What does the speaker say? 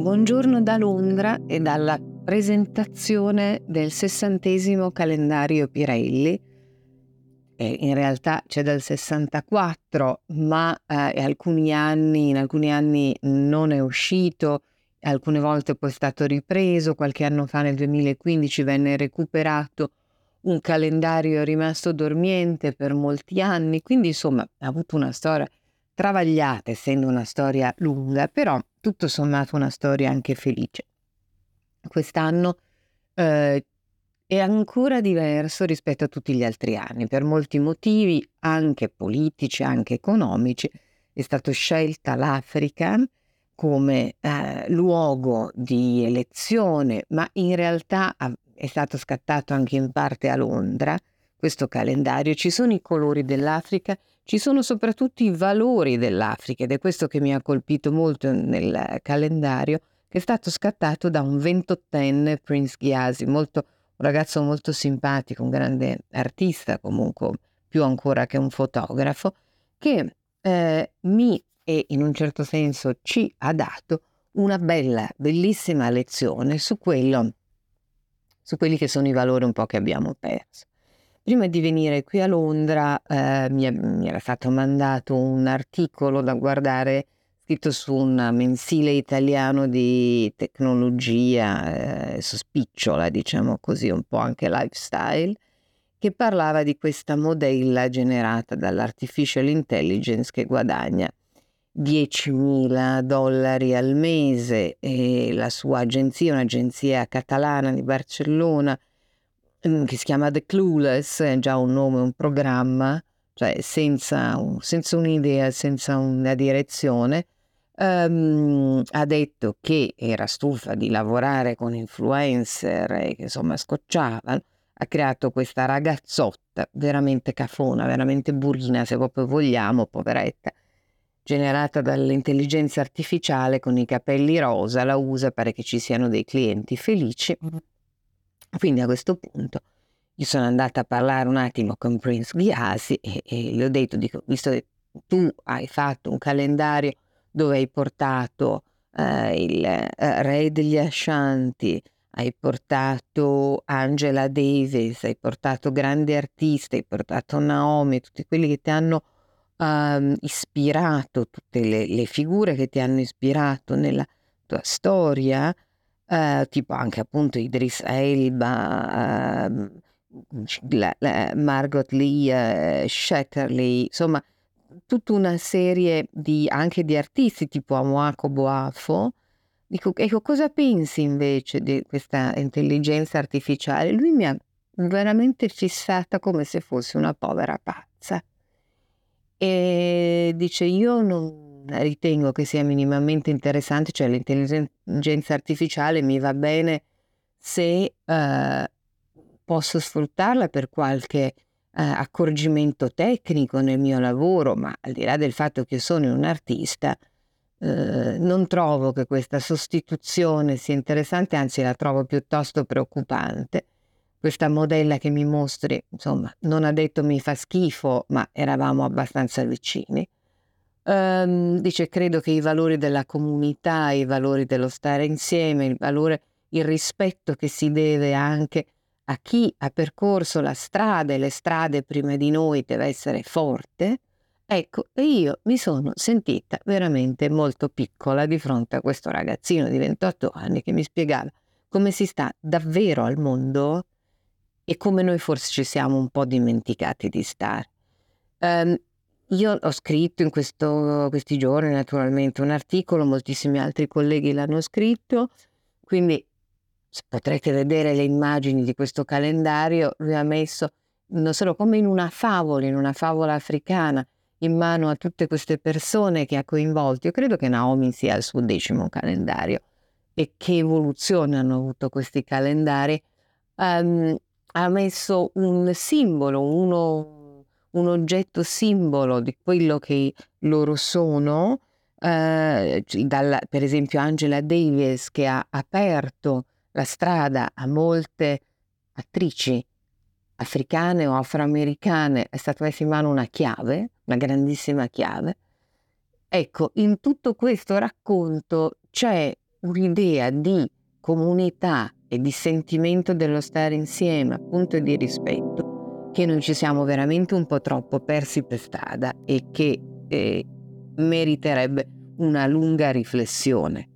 Buongiorno da Londra e dalla presentazione del 60° calendario Pirelli. In realtà c'è dal 64, ma in alcuni anni non è uscito, alcune volte poi è stato ripreso, qualche anno fa nel 2015 venne recuperato un calendario rimasto dormiente per molti anni, quindi insomma ha avuto una storia travagliata, essendo una storia lunga, però tutto sommato una storia anche felice. Quest'anno è ancora diverso rispetto a tutti gli altri anni, per molti motivi, anche politici, anche economici. È stato scelta l'Africa come luogo di elezione, ma in realtà è stato scattato anche in parte a Londra questo calendario. Ci sono i colori dell'Africa, ci sono soprattutto i valori dell'Africa, ed è questo che mi ha colpito molto nel calendario, che è stato scattato da un 28enne, Prince Gyasi, un ragazzo molto simpatico, un grande artista comunque, più ancora che un fotografo, che mi e in un certo senso ci ha dato una bellissima lezione su quelli che sono i valori un po' che abbiamo perso. Prima di venire qui a Londra mi era stato mandato un articolo da guardare scritto su un mensile italiano di tecnologia, spicciola, diciamo così, un po' anche lifestyle, che parlava di questa modella generata dall'artificial intelligence che guadagna $10.000 al mese, e la sua agenzia, un'agenzia catalana di Barcellona, che si chiama The Clueless, è già un nome, un programma, cioè senza un'idea, senza una direzione. Ha detto che era stufa di lavorare con influencer e che insomma scocciavano. Ha creato questa ragazzotta veramente cafona, veramente burina, se proprio vogliamo, poveretta, generata dall'intelligenza artificiale, con i capelli rosa, la usa, pare che ci siano dei clienti felici. Quindi a questo punto io sono andata a parlare un attimo con Prince Gyasi e le ho detto, dico, visto che tu hai fatto un calendario dove hai portato il re degli Ashanti, hai portato Angela Davis, hai portato grandi artisti, hai portato Naomi, tutti quelli che ti hanno ispirato, tutte le figure che ti hanno ispirato nella tua storia, tipo anche appunto Idris Elba, Margot Lee, Shetterly, insomma tutta una serie anche di artisti tipo Amoako Boafo. Dico, ecco, cosa pensi invece di questa intelligenza artificiale? Lui mi ha veramente fissata come se fosse una povera pazza. E dice, io non ritengo che sia minimamente interessante, cioè l'intelligenza artificiale mi va bene se posso sfruttarla per qualche accorgimento tecnico nel mio lavoro, ma al di là del fatto che io sono un artista, non trovo che questa sostituzione sia interessante, anzi la trovo piuttosto preoccupante. Questa modella che mi mostri, insomma, non ha detto mi fa schifo, ma eravamo abbastanza vicini. Dice, credo che i valori della comunità, i valori dello stare insieme, il rispetto che si deve anche a chi ha percorso la strada e le strade prima di noi deve essere forte. Ecco, e io mi sono sentita veramente molto piccola di fronte a questo ragazzino di 28 anni che mi spiegava come si sta davvero al mondo e come noi forse ci siamo un po' dimenticati di stare. Io ho scritto in questi giorni naturalmente un articolo, moltissimi altri colleghi l'hanno scritto, quindi potrete vedere le immagini di questo calendario. Lui ha messo, non solo come in una favola africana, in mano a tutte queste persone che ha coinvolto. Io credo che Naomi sia il suo 10° calendario, e che evoluzione hanno avuto questi calendari. Ha messo un simbolo, un oggetto simbolo di quello che loro sono, per esempio Angela Davis, che ha aperto la strada a molte attrici africane o afroamericane, è stata messa in mano una chiave, una grandissima chiave. Ecco, in tutto questo racconto c'è un'idea di comunità e di sentimento dello stare insieme, appunto, e di rispetto, che noi ci siamo veramente un po' troppo persi per strada e che meriterebbe una lunga riflessione.